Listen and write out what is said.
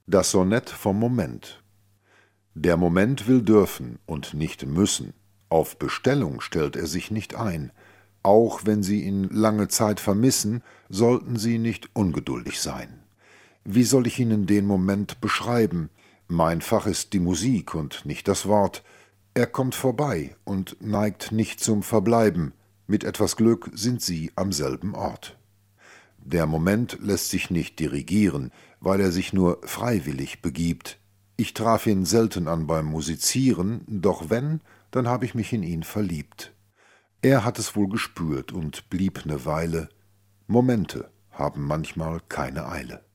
Das Sonett vom Moment. Der Moment will dürfen und nicht müssen. Auf Bestellung stellt er sich nicht ein. Auch wenn Sie ihn lange Zeit vermissen, sollten Sie nicht ungeduldig sein. Wie soll ich Ihnen den Moment beschreiben? Mein Fach ist die Musik und nicht das Wort. Er kommt vorbei und neigt nicht zum Verbleiben. Mit etwas Glück sind Sie am selben Ort. Der Moment lässt sich nicht dirigieren, weil er sich nur freiwillig begibt. Ich traf ihn selten an beim Musizieren, doch wenn, dann habe ich mich in ihn verliebt. Er hat es wohl gespürt und blieb 'ne Weile. Momente haben manchmal keine Eile.